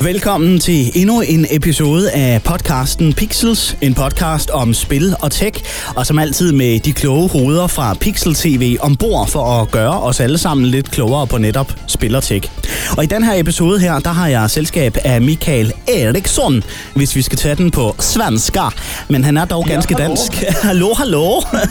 Velkommen til endnu en episode af podcasten Pixels, en podcast om spil og tech, og som altid med de kloge hoveder fra Pixel TV ombord for at gøre os alle sammen lidt klogere på netop spil og tech. Og i den her episode her, der har jeg selskab af Mikael Eriksson, hvis vi skal tage den på svenska, men han er dog ganske dansk. Hallo.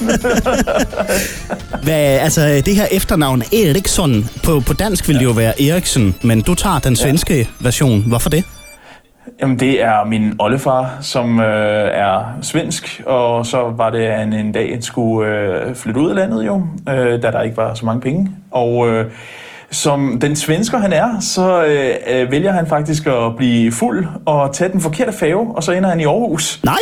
Altså det her efternavn Eriksson, på dansk vil det jo være Eriksen, men du tager den svenske version. Hvorfor det? Jamen, det er min oldefar, som er svensk, og så var det, at han en dag skulle flytte ud af landet jo, da der ikke var så mange penge. Og som den svensker han er, så vælger han faktisk at blive fuld og tage den forkerte færge, og så ender han i Aarhus. Nej!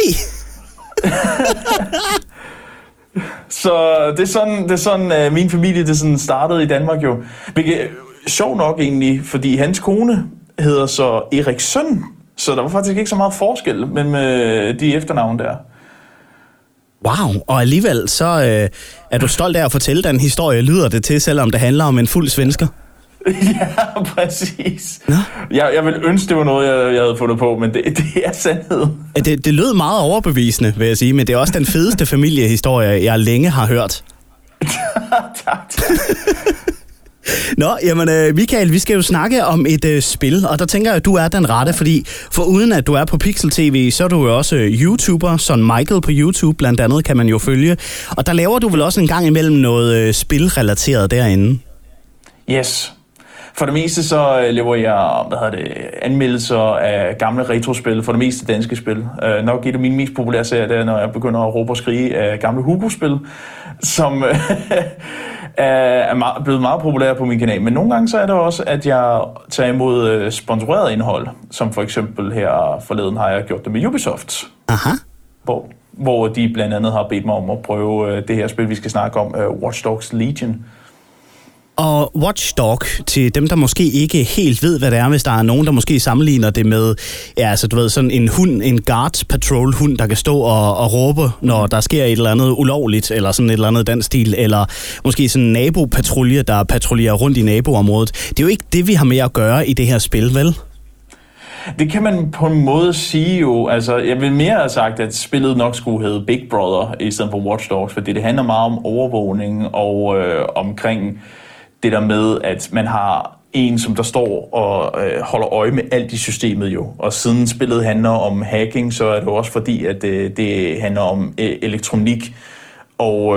Så det er sådan min familie det sådan startede i Danmark jo. Hvilket sjov nok egentlig, fordi hans kone hedder så Eriksson, så der var faktisk ikke så meget forskel mellem de efternavn der. Wow, og alligevel så er du stolt af at fortælle den historie, lyder det til, selvom det handler om en fuld svensker. Ja, præcis. Jeg ville ønske, det var noget, jeg havde fundet på, men det er sandhed. Det lød meget overbevisende, vil jeg sige, men det er også den fedeste familiehistorie, jeg længe har hørt. Tak. Nå, jamen Mikael, vi skal jo snakke om et spil, og der tænker jeg, at du er den rette, fordi foruden at du er på Pixel TV, så er du jo også YouTuber, sådan Michael på YouTube blandt andet kan man jo følge, og der laver du vel også en gang imellem noget spilrelateret derinde? Yes. For det meste så laver jeg anmeldelser af gamle retrospil, for det meste danske spil. Nok et af mine mest populære serier, det er, når jeg begynder at råbe og skrige af gamle Hugo-spil, som er blevet meget populære på min kanal. Men nogle gange så er det også, at jeg tager imod sponsoreret indhold, som for eksempel her forleden har jeg gjort det med Ubisoft. Aha. Hvor de blandt andet har bedt mig om at prøve det her spil, vi skal snakke om, Watch Dogs Legion. Og Watch Dog, til dem, der måske ikke helt ved, hvad det er, hvis der er nogen, der måske sammenligner det med, ja, altså du ved, sådan en hund, en guard patrol hund, der kan stå og råbe, når der sker et eller andet ulovligt, eller sådan et eller andet den stil, eller måske sådan en nabopatrulje, der patruljerer rundt i naboområdet. Det er jo ikke det, vi har med at gøre i det her spil, vel? Det kan man på en måde sige jo. Altså, jeg vil mere have sagt, at spillet nok skulle hedde Big Brother i stedet for Watch Dogs, fordi det handler meget om overvågning og omkring det der med, at man har en, som der står og holder øje med alt i systemet jo. Og siden spillet handler om hacking, så er det også fordi, at det handler om elektronik og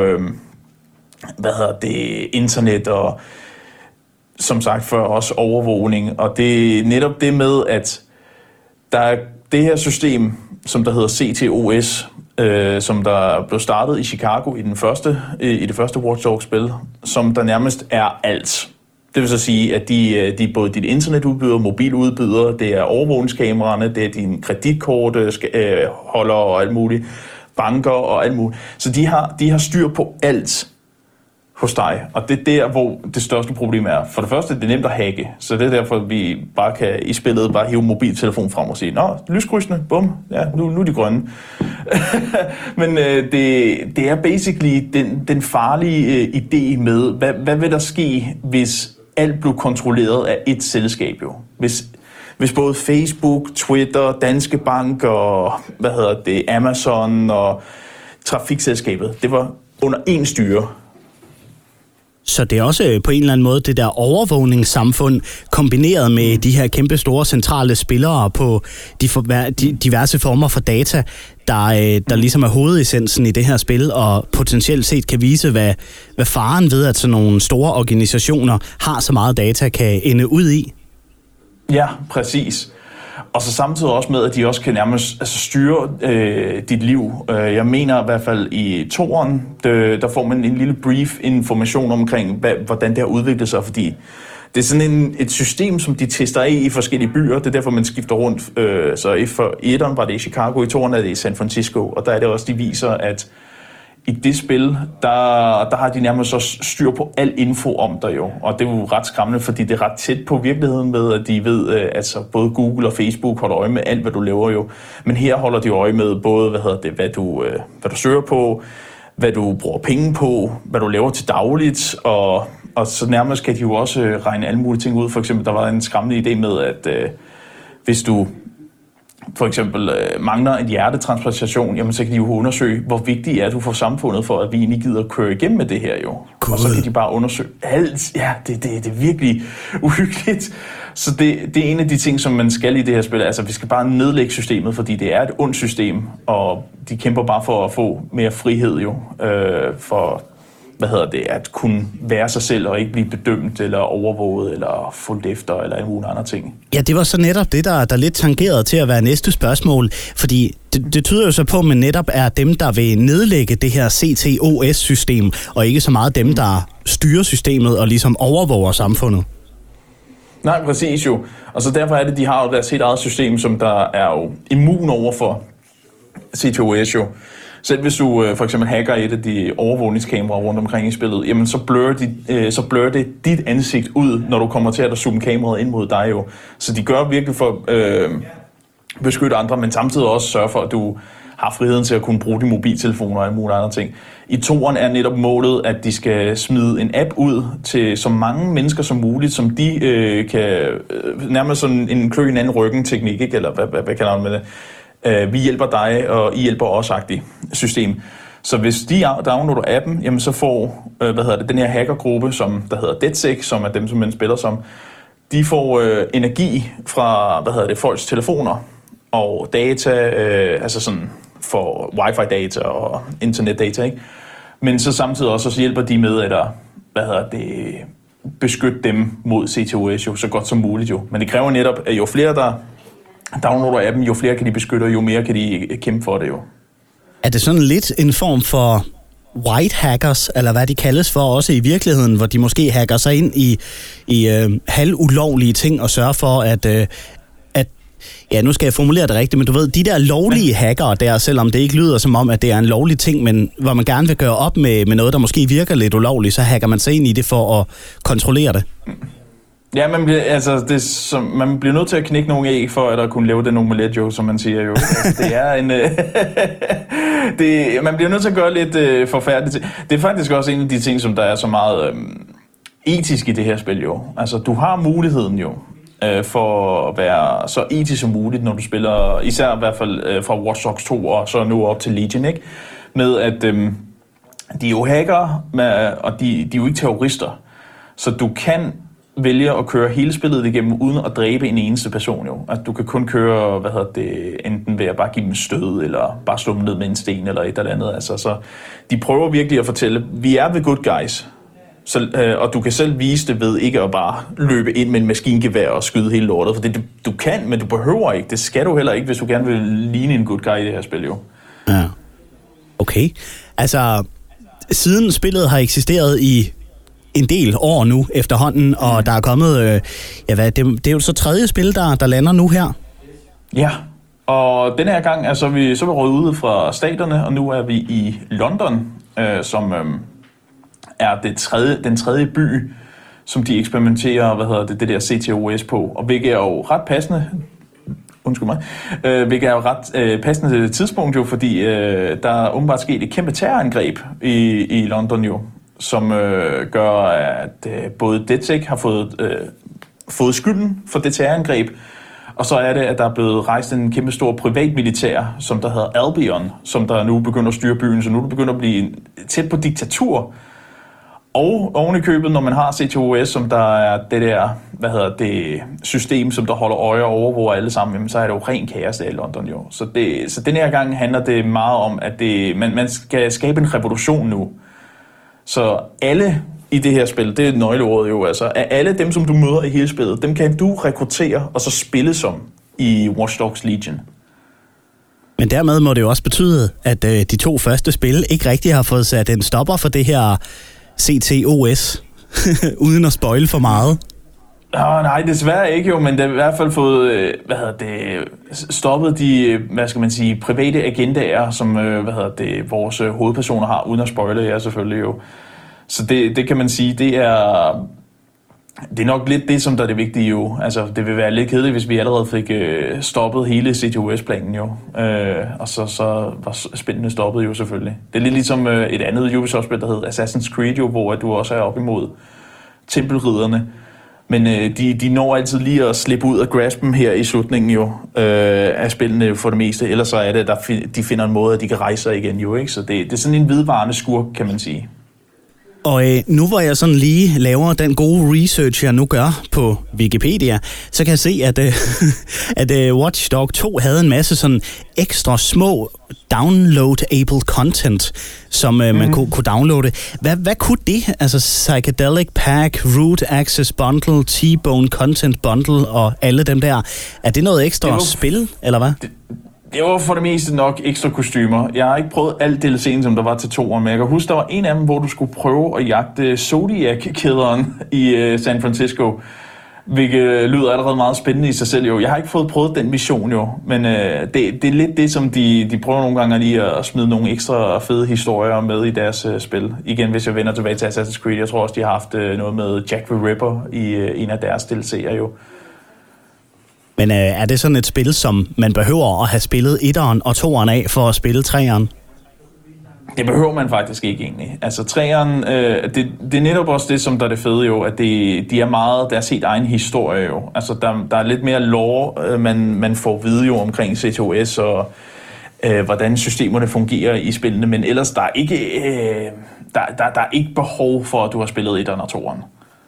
internet og som sagt før også overvågning. Og det er netop det med, at der er det her system, som der hedder CTOS, som der blev startet i Chicago i det første Watch Dogs-spil, som der nærmest er alt. Det vil så sige, at de er både dit internetudbyder, mobiludbyder, det er overvågningskameraerne, det er din kreditkort, holder og alt muligt, banker og alt muligt. Så de har styr på alt hos dig, og det er der, hvor det største problem er. For det første, det er nemt at hacke, så det er derfor, vi bare kan i spillet bare hive mobiltelefonen frem og sige, nå, lyskrydsene, bum, ja, nu er de grønne. Men det er basically den farlige idé med, hvad vil der ske, hvis alt blev kontrolleret af et selskab jo? Hvis både Facebook, Twitter, Danske Bank og Amazon og trafikselskabet, det var under én styre. Så det er også på en eller anden måde det der overvågningssamfund, kombineret med de her kæmpe store centrale spillere på de diverse former for data, der ligesom er hovedessensen i det her spil, og potentielt set kan vise, hvad faren ved, at sådan nogle store organisationer har så meget data, kan ende ud i. Ja, præcis. Og så samtidig også med, at de også kan nærmest styre dit liv. Jeg mener i hvert fald i toeren, der får man en lille brief information omkring, hvordan det har udviklet sig, fordi det er sådan et system, som de tester af i forskellige byer. Det er derfor, man skifter rundt. Så i etteren var det i Chicago, i toeren er det i San Francisco, og der er det også, de viser, at i det spil, der har de nærmest så styr på al info om dig jo. Og det er jo ret skræmmende, fordi det er ret tæt på virkeligheden med, at de ved, altså både Google og Facebook holder øje med alt, hvad du laver jo. Men her holder de øje med både, hvad du søger på, hvad du bruger penge på, hvad du laver til dagligt, og så nærmest kan de jo også regne alle mulige ting ud. For eksempel, der var en skræmmende idé med, at hvis du for eksempel mangler en hjertetransplantation, jamen så kan de jo undersøge, hvor vigtigt er du for samfundet, for at vi egentlig gider at køre igennem med det her jo. Cool. Og så kan de bare undersøge alt. Ja, det er virkelig uhyggeligt. Så det er en af de ting, som man skal i det her spil. Altså, vi skal bare nedlægge systemet, fordi det er et ondt system, og de kæmper bare for at få mere frihed jo, for at kunne være sig selv og ikke blive bedømt eller overvåget eller fulgt efter eller en mulig andre ting. Ja, det var så netop det, der lidt tangerede til at være næste spørgsmål, fordi det tyder jo så på, at man netop er dem, der vil nedlægge det her CTOS-system, og ikke så meget dem, der styrer systemet og ligesom overvåger samfundet. Nej, præcis jo. Og så derfor er det, de har jo deres helt eget system, som der er jo immun over for CTOS jo. Selv hvis du for eksempel hacker et af de overvågningskameraer rundt omkring i spillet, jamen så blør det dit ansigt ud, når du kommer til at zoome kameraet ind mod dig jo. Så de gør virkelig for at beskytte andre, men samtidig også sørge for, at du har friheden til at kunne bruge de mobiltelefoner og alle mulige andre ting. I toeren er netop målet, at de skal smide en app ud til så mange mennesker som muligt, som de kan nærmest sådan en klø en anden ryggen-teknik, ikke? Eller hvad kalder man med det? Vi hjælper dig, og I hjælper os-agtigt system. Så hvis de downloader appen, jamen så får den her hackergruppe, som der hedder DedSec, som er dem, som man spiller som, de får energi fra folks telefoner og data, altså sådan for wifi-data og internetdata, ikke? Men så samtidig også så hjælper de med at beskytte dem mod CTOS jo så godt som muligt jo. Men det kræver netop, at jo flere der downloader appen, jo flere kan de beskytte, og jo mere kan de kæmpe for det jo. Er det sådan lidt en form for white hackers, eller hvad de kaldes for, også i virkeligheden, hvor de måske hacker sig ind i halvulovlige ting og sørger for, at ja, nu skal jeg formulere det rigtigt, men du ved, de der lovlige hackere der, selvom det ikke lyder som om, at det er en lovlig ting, men hvor man gerne vil gøre op med noget, der måske virker lidt ulovligt, så hacker man sig ind i det for at kontrollere det. Ja, man bliver nødt til at knække nogle æg for at kunne lave den omelet jo, som man siger jo. Altså, det er en man bliver nødt til at gøre lidt forfærdeligt. Det er faktisk også en af de ting, som der er så meget etisk i det her spil jo. Altså, du har muligheden jo for at være så etisk som muligt, når du spiller, især i hvert fald fra Watch Dogs 2 og så nu op til Legion, ikke? Med at de er jo hackere, og de er jo ikke terrorister. Så du kan vælge at køre hele spillet igennem uden at dræbe en eneste person jo. Altså, du kan kun køre, enten ved at bare give dem stød, eller bare slå dem ned med en sten, eller et eller andet. Altså, så de prøver virkelig at fortælle, vi er the good guys. Så, og du kan selv vise det ved ikke at bare løbe ind med en maskingevær og skyde hele lortet. For det du kan, men du behøver ikke. Det skal du heller ikke, hvis du gerne vil ligne en good guy i det her spil jo. Ja. Okay. Altså, siden spillet har eksisteret i en del år nu efterhånden, og der er kommet, det er jo så tredje spil, der lander nu her. Ja, og denne her gang er så vi røget ud fra staterne, og nu er vi i London, som er den tredje by, som de eksperimenterer, det der CTOS på, og hvilket er jo ret passende, hvilket er jo ret passende tidspunkt jo, fordi der er åbenbart sket et kæmpe terrorangreb i London jo, som gør, at både DedSec har fået skylden for det terrorangreb, og så er det, at der er blevet rejst en kæmpe stor privat militær, som der hedder Albion, som der nu begynder at styre byen, så nu er det begyndt at blive tæt på diktatur. Og oven i købet, når man har CTOS, som der er det der, system, som der holder øje og overvåger alle sammen, jamen, så er det jo ren kaos der i London jo. Så den her gang handler det meget om, at man skal skabe en revolution nu. Så alle i det her spil, det er nøgleordet jo, altså, at alle dem, som du møder i hele spillet, dem kan du rekruttere og så spille som i Watch Dogs Legion. Men dermed må det jo også betyde, at de to første spil ikke rigtig har fået sat en stopper for det her CTOS, uden at spoile for meget. Nej, desværre ikke jo, men det har i hvert fald fået, stoppet de, private agendaer, som, vores hovedpersoner har, uden at spoile jer selvfølgelig jo. Så det kan man sige, det er nok lidt det, som der er det vigtige jo. Altså, det vil være lidt kedeligt, hvis vi allerede fik stoppet hele CTOS-planen jo. Og så var spændende stoppet jo selvfølgelig. Det er lidt ligesom et andet Ubisoft-spil, der hedder Assassin's Creed jo, hvor du også er op imod tempelridderne. Men de når altid lige at slippe ud af graspen her i slutningen jo, af spillene for det meste. Ellers så er det, at de finder en måde, at de kan rejse sig igen jo, ikke? Så det er sådan en vedvarende skurk, kan man sige. Og nu hvor jeg sådan lige laver den gode research, jeg nu gør på Wikipedia, så kan jeg se, at Watch Dogs 2 havde en masse sådan ekstra små downloadable content, som man kunne downloade. Hvad kunne det? Altså Psychedelic Pack, Root Access Bundle, T-Bone Content Bundle og alle dem der. Er det noget ekstra spil, eller hvad? Det var for det meste nok ekstra kostymer. Jeg har ikke prøvet alt DLC'en, som der var til 2'eren, men jeg kan huske, der var en af dem, hvor du skulle prøve at jagte Zodiac-kæderen i San Francisco, hvilket lyder allerede meget spændende i sig selv jo. Jeg har ikke prøvet den mission jo, men det er lidt det, som de prøver nogle gange lige at smide nogle ekstra fede historier med i deres spil. Igen, hvis jeg vender tilbage til Assassin's Creed, jeg tror også, de har haft noget med Jack the Ripper i en af deres DLC'er jo. Men er det sådan et spil, som man behøver at have spillet 1'eren og 2'eren af for at spille 3'eren? Det behøver man faktisk ikke egentlig. Altså 3'eren, det er netop også det, som der er det fede jo, at de er meget deres helt egen historie jo. Altså der er lidt mere lore, man får vide jo omkring CTOS og hvordan systemerne fungerer i spillene, men ellers der er ikke behov for, at du har spillet 1'eren og 2'eren.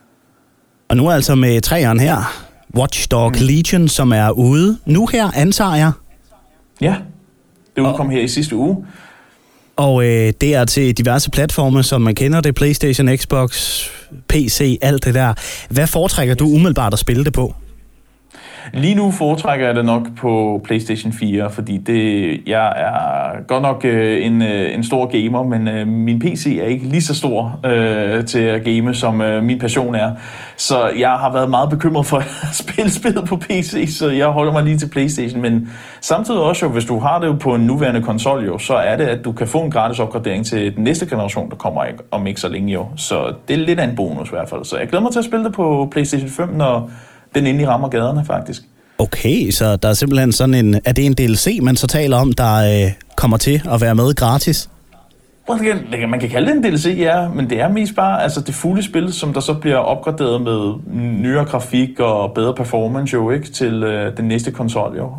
Og nu altså med 3'eren her, Watch Dogs Legion, som er ude nu her, antager jeg. Ja, det udkom her i sidste uge. Og det er til diverse platforme, som man kender det, PlayStation, Xbox, PC, alt det der. Hvad foretrækker du umiddelbart at spille det på? Lige nu foretrækker jeg det nok på PlayStation 4, fordi jeg er godt nok en stor gamer, men min PC er ikke lige så stor til at game, som min passion er. Så jeg har været meget bekymret for at spille spillet på PC, så jeg holder mig lige til PlayStation. Men samtidig også jo, hvis du har det på en nuværende konsol jo, så er det, at du kan få en gratis opgradering til den næste generation, der kommer om ikke så længe jo. Så det er lidt af en bonus i hvert fald. Så jeg glæder mig til at spille det på PlayStation 5, når den endelig rammer gaderne, faktisk. Okay, så der er simpelthen sådan er det en DLC, man så taler om, der kommer til at være med gratis? Man kan kalde det en DLC, ja, men det er mest bare altså det fulde spil, som der så bliver opgraderet med nyere grafik og bedre performance jo, ikke, til den næste konsol jo.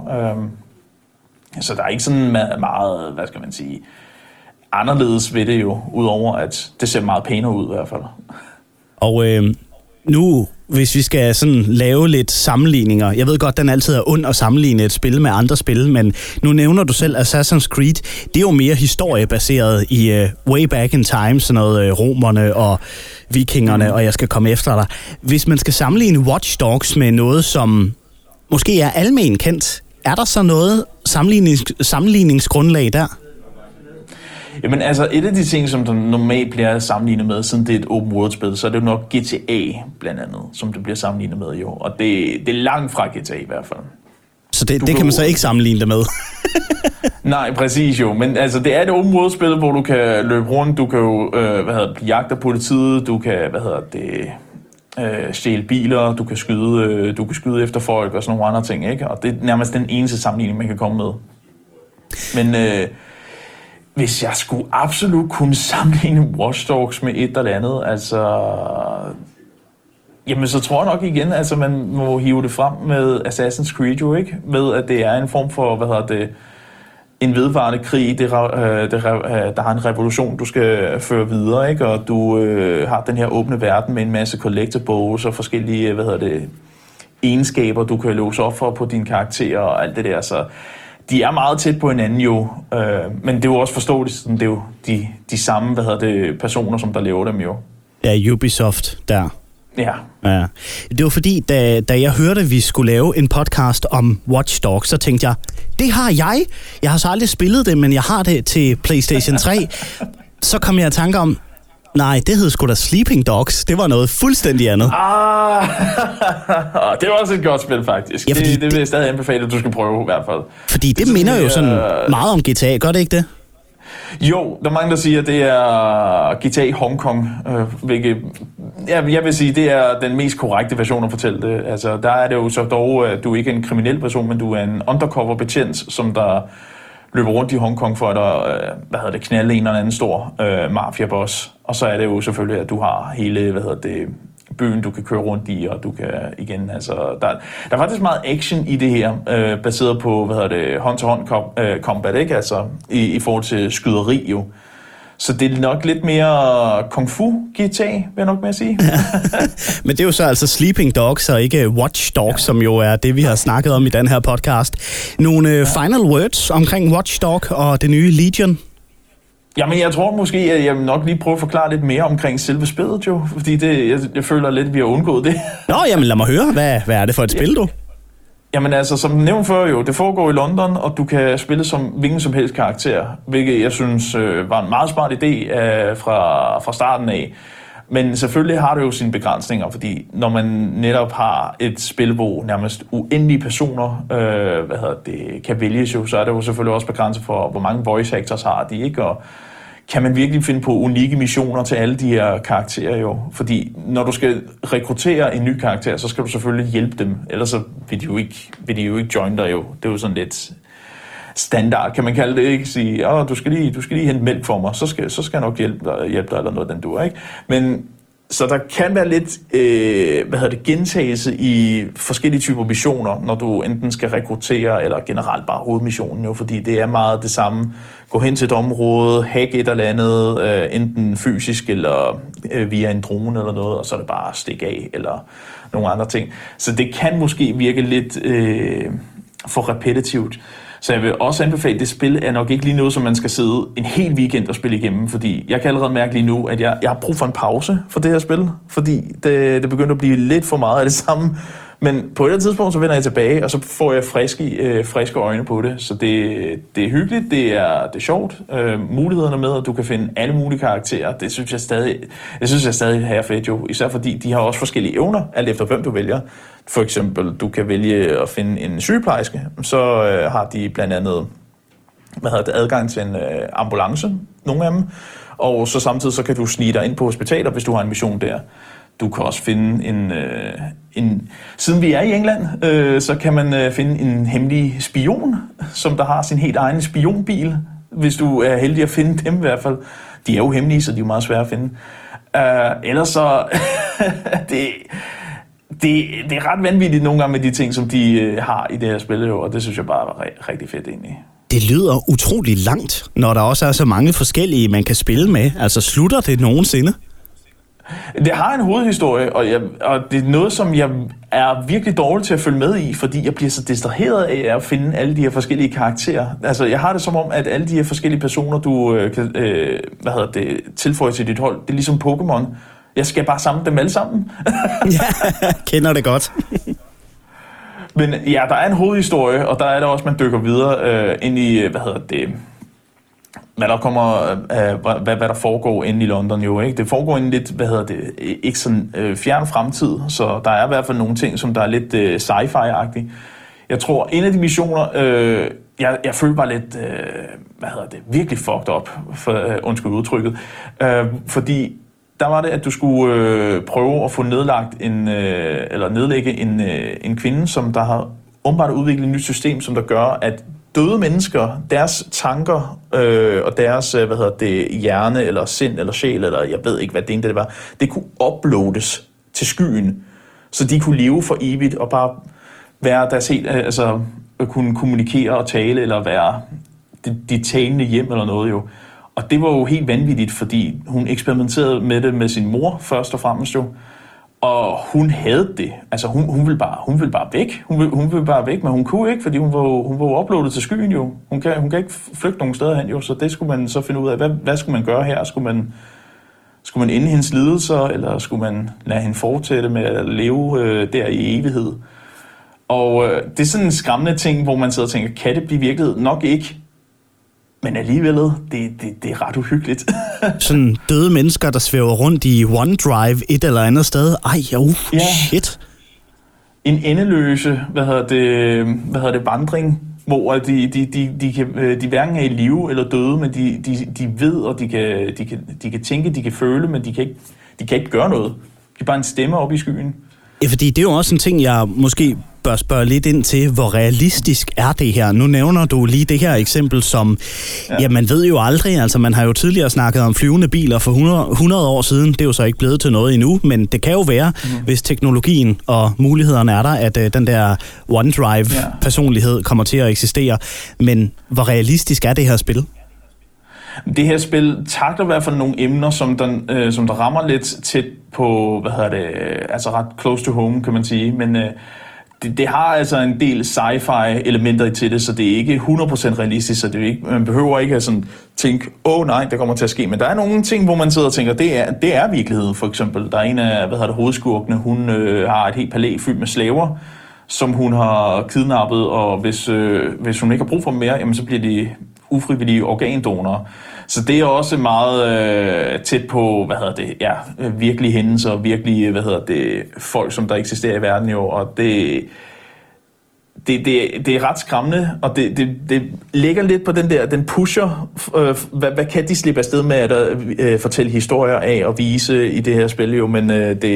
Så der er ikke sådan meget, hvad skal man sige, anderledes ved det jo, udover at det ser meget pænere ud i hvert fald. Og nu, hvis vi skal sådan lave lidt sammenligninger, jeg ved godt, den altid er ond at sammenligne et spil med andre spil, men nu nævner du selv Assassin's Creed, det er jo mere historiebaseret i way back in time, sådan noget romerne og vikingerne, og jeg skal komme efter dig. Hvis man skal sammenligne Watch Dogs med noget, som måske er almen kendt, er der så noget sammenligningsgrundlag der? Jamen altså, et af de ting, som der normalt bliver sammenlignet med, siden det er et open world-spil, så er det jo nok GTA blandt andet, som det bliver sammenlignet med jo. Og det er langt fra GTA i hvert fald. Så det kan man så ikke sammenligne det med? Nej, præcis jo. Men altså, det er et open world-spil, hvor du kan løbe rundt, du kan jo blive jagtet af politiet, du kan, stjæle biler, du kan skyde efter folk og sådan nogle andre ting, ikke? Og det er nærmest den eneste sammenligning, man kan komme med. Men hvis jeg skulle absolut kunne sammenligne Watch Dogs med et eller andet, altså, jamen så tror jeg nok igen, altså man må hive det frem med Assassin's Creed jo, ikke? Med at det er en form for, en vedvarende krig, der har en revolution, du skal føre videre, ikke? Og du har den her åbne verden med en masse collectibles og forskellige, egenskaber, du kan låse op for på dine karakterer og alt det der, så de er meget tæt på hinanden jo, men det er jo også forståeligt, det er jo de samme, personer, som der laver dem jo. Ja, Ubisoft der. Ja. Det var fordi, da jeg hørte, at vi skulle lave en podcast om Watch Dogs, så tænkte jeg, det har jeg. Jeg har så aldrig spillet det, men jeg har det til PlayStation 3. Så kom jeg i tanke om, nej, det hed sgu da Sleeping Dogs. Det var noget fuldstændig andet. Det var også et godt spil, faktisk. Ja, det vil jeg stadig anbefale, at du skal prøve i hvert fald. Fordi det minder jo sådan meget om GTA, gør det ikke det? Jo, der er mange, der siger, at det er GTA Hong Kong, hvilket jeg vil sige, det er den mest korrekte version at fortælle det. Altså, der er det jo så dog, at du ikke er en kriminel person, men du er en undercover betjent, som der løber rundt i Hongkong for at knalde en eller anden stor mafiaboss. Og så er det jo selvfølgelig, at du har hele, byen, du kan køre rundt i, og du kan igen, altså, der er faktisk meget action i det her, baseret på, hånd-til-hånd combat, ikke? Altså, i forhold til skyderi jo. Så det er nok lidt mere kung fu GTA, vil jeg nok med at sige. Men det er jo så altså Sleeping Dogs og ikke Watch Dogs, som jo er det, vi har snakket om i den her podcast. Nogle final words omkring Watch Dog og det nye Legion? Jamen, jeg tror måske, at jeg vil nok lige prøve at forklare lidt mere omkring selve spillet, jo. Fordi jeg føler lidt, at vi har undgået det. Nå, jamen lad mig høre. Hvad er det for et spil, du? Jamen altså, som nævnt før jo, det foregår i London, og du kan spille som hvilken som helst karakter, hvilket jeg synes var en meget smart idé fra starten af. Men selvfølgelig har det jo sine begrænsninger, fordi når man netop har et spil, hvor nærmest uendelige personer kan vælges jo, så er det jo selvfølgelig også begrænset for, hvor mange voice actors har de, ikke? Og kan man virkelig finde på unikke missioner til alle de her karakterer jo? Fordi når du skal rekruttere en ny karakter, så skal du selvfølgelig hjælpe dem, ellers så vil de jo ikke join dig jo. Det er jo sådan lidt standard, kan man kalde det, ikke? Sige, du skal lige hente mælk for mig, så skal jeg nok hjælpe dig eller noget, den du, ikke? Men så der kan være lidt gentagelse i forskellige typer missioner, når du enten skal rekruttere, eller generelt bare hovedmissionen jo, fordi det er meget det samme. Gå hen til et område, hack et eller andet, enten fysisk eller via en drone eller noget, og så er det bare stik af, eller nogle andre ting. Så det kan måske virke lidt for repetitivt. Så jeg vil også anbefale, at det spil er nok ikke lige noget, som man skal sidde en hel weekend og spille igennem, fordi jeg kan allerede mærke lige nu, at jeg har brug for en pause for det her spil, fordi det begynder at blive lidt for meget af det samme. Men på et eller andet tidspunkt, så vender jeg tilbage, og så får jeg friske øjne på det. Så det er hyggeligt, det er sjovt. Mulighederne med, at du kan finde alle mulige karakterer, det synes jeg stadig er fedt jo. Især fordi de har også forskellige evner, alt efter hvem du vælger. For eksempel, du kan vælge at finde en sygeplejerske, så har de blandt andet adgang til en ambulance, nogle af dem. Og så samtidig så kan du snige dig ind på hospitaler, hvis du har en mission der. Du kan også finde siden vi er i England, så kan man finde en hemmelig spion, som der har sin helt egen spionbil, hvis du er heldig at finde dem i hvert fald. De er jo hemmelige, så de er meget svære at finde. Ellers så, det er ret vanvittigt nogle gange med de ting, som de har i det her spil, og det synes jeg bare var rigtig fedt egentlig. Det lyder utrolig langt, når der også er så mange forskellige, man kan spille med. Altså slutter det nogensinde? Det har en hovedhistorie, og det er noget, som jeg er virkelig dårlig til at følge med i, fordi jeg bliver så distraheret af at finde alle de her forskellige karakterer. Altså, jeg har det som om, at alle de her forskellige personer, du kan tilføje til dit hold, det er ligesom Pokémon. Jeg skal bare samle dem alle sammen. Ja, kender det godt. Men ja, der er en hovedhistorie, og der er der også, man dykker videre ind i, hvad der kommer, hvad der foregår inde i London jo, ikke? Det foregår inde lidt, ikke sådan fjern fremtid, så der er i hvert fald nogle ting, som der er lidt sci-fi-agtigt. Jeg tror, en af de missioner, jeg følte bare lidt, virkelig fucked up, undskyld udtrykket, fordi der var det, at du skulle prøve at få nedlægge en kvinde, som der har åbenbart udviklet et nyt system, som der gør, at døde mennesker, deres tanker og deres hjerne eller sind eller sjæl, eller jeg ved ikke, hvad det var, det kunne uploades til skyen, så de kunne leve for evigt og bare være deres helt, kunne kommunikere og tale, eller være de talende hjem eller noget jo. Og det var jo helt vanvittigt, fordi hun eksperimenterede med det med sin mor først og fremmest jo. Og hun havde det. Altså hun ville bare væk. Hun ville bare væk, men hun kunne ikke, fordi hun var uploadet til skyen jo. Hun kan ikke flygte nogen steder hen jo, så det skulle man så finde ud af. Hvad skulle man gøre her? Skulle man ende hendes lidelser, eller skulle man lade hende fortsætte med at leve der i evighed? Og det er sådan en skræmmende ting, hvor man sidder og tænker, kan det blive virkelighed? Nok ikke. Men alligevel, det er ret uhyggeligt. Sådan døde mennesker, der svæver rundt i OneDrive et eller andet sted. Shit. En endeløse, vandring, hvor de hverken er i live eller døde, men de ved, og de kan tænke, de kan føle, men de kan ikke gøre noget. De er bare en stemme op i skyen. Ja, fordi det er jo også en ting, jeg måske spørge lidt ind til, hvor realistisk er det her? Nu nævner du lige det her eksempel som, ja, man ved jo aldrig, altså man har jo tidligere snakket om flyvende biler for 100 år siden, det er jo så ikke blevet til noget endnu, men det kan jo være, hvis teknologien og mulighederne er der, at den der OneDrive-personlighed kommer til at eksistere. Men hvor realistisk er det her spil? Det her spil takler i hvert fald nogle emner, som der rammer lidt tæt på, altså ret close to home, kan man sige. Men det har altså en del sci-fi elementer til det, så det er ikke 100% realistisk, så det er ikke, man behøver ikke at sådan tænke, nej, det kommer til at ske. Men der er nogle ting, hvor man sidder og tænker, det er virkeligheden, for eksempel. Der er en af, hovedskurkene, hun har et helt palæ fyldt med slaver, som hun har kidnappet, og hvis hun ikke har brug for dem mere, jamen, så bliver de ufrivillige organdonorer. Så det er også meget tæt på, virkelige hændelser, virkelige, folk, som der eksisterer i verden jo, og det er ret skræmmende, og det ligger lidt på den pusher, hvad kan de slippe afsted med at fortælle historier af og vise i det her spil jo, men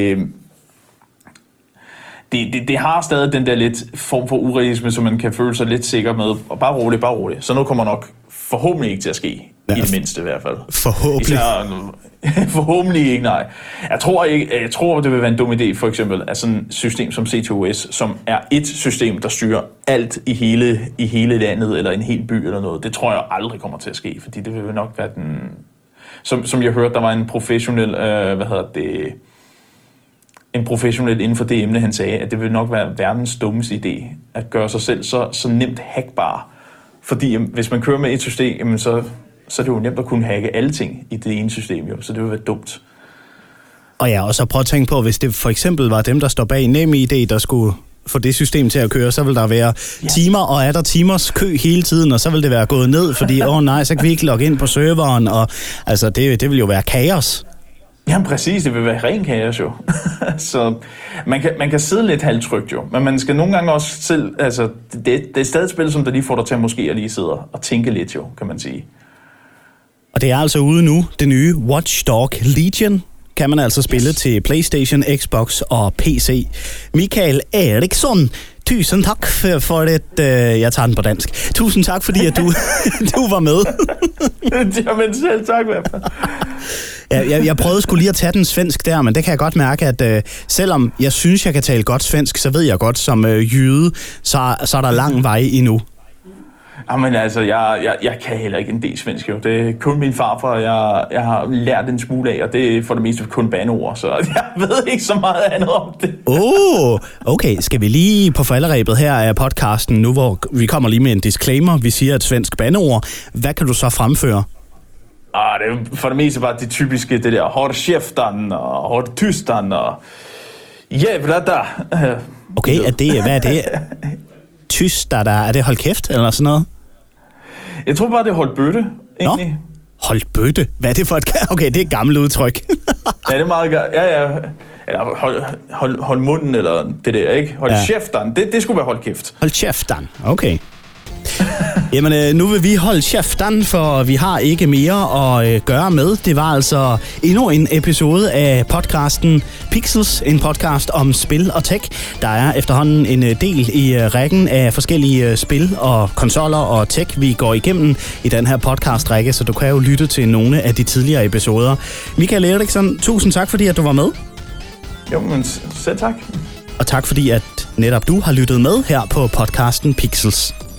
det har stadig den der lidt form for urealisme, som man kan føle sig lidt sikker med. Og bare roligt. Så nu kommer nok forhåbentlig ikke til at ske. Ja, i det mindste i hvert fald. Forhåbentlig. Forhåbentlig ikke, nej. Jeg tror, det vil være en dum idé, for eksempel, at sådan et system som CTOS, som er et system, der styrer alt i hele landet, eller en hel by eller noget. Det tror jeg aldrig kommer til at ske, fordi det vil nok være den... Som jeg hørte, der var en professionel, en professionel inden for det emne, han sagde, at det vil nok være verdens dummeste idé, at gøre sig selv så nemt hackbar. Fordi hvis man kører med et system, jamen så er det jo nemt at kunne hacke alle ting i det ene system, jo, så det vil være dumt. Og ja, og så prøv at tænke på, hvis det for eksempel var dem, der står bag NemID, der skulle få det system til at køre, så vil der være timer, og er der timers kø hele tiden, og så vil det være gået ned, fordi nej, så kan vi ikke logge ind på serveren, og altså det vil jo være kaos. Jamen præcis, det vil være ren kaos jo. Så man kan sidde lidt halvtrygt jo, men man skal nogle gange også selv, altså det er stadig et spil, som der lige får dig til at måske at lige sidde og tænke lidt jo, kan man sige. Og det er altså ude nu, det nye Watch Dogs Legion, kan man altså spille til PlayStation, Xbox og PC. Michael Eriksson, tusind tak for det. Jeg tager den på dansk. Tusind tak, fordi at du var med. Jamen selv tak, i hvert fald. Jeg prøvede sgu lige at tage den svensk der, men det kan jeg godt mærke, at selvom jeg synes, jeg kan tale godt svensk, så ved jeg godt, som jyde, så er der lang vej endnu. Jamen altså, jeg kan heller ikke en del svensk jo. Det er kun min farfar, jeg har lært en smule af, og det er for det meste kun bandeord, så jeg ved ikke så meget andet om det. Okay. Skal vi lige på falderebet her af podcasten, nu hvor vi kommer lige med en disclaimer, vi siger et svensk bandeord. Hvad kan du så fremføre? Det er for det meste bare det typiske, det der hård käftan og hård tystan og jävla da. Okay, hvad er det? Tyster der, er det hold kæft eller sådan noget? Jeg tror bare, det er hold bøtte, egentlig. Nå, hold bøtte? Hvad er det for et... Okay, det er et gammelt udtryk. Ja, det er meget gammelt. Ja. Eller hold munden, eller det der, ikke? Hold kæftan. Det skulle være hold kæft. Hold kæftan, okay. Jamen, nu vil vi holde kæften, for vi har ikke mere at gøre med. Det var altså endnu en episode af podcasten Pixels, en podcast om spil og tech. Der er efterhånden en del i rækken af forskellige spil og konsoller og tech, vi går igennem i den her podcast-række, så du kan jo lytte til nogle af de tidligere episoder. Michael Eriksson, tusind tak, fordi at du var med. Jo, men selv tak. Og tak, fordi at netop du har lyttet med her på podcasten Pixels.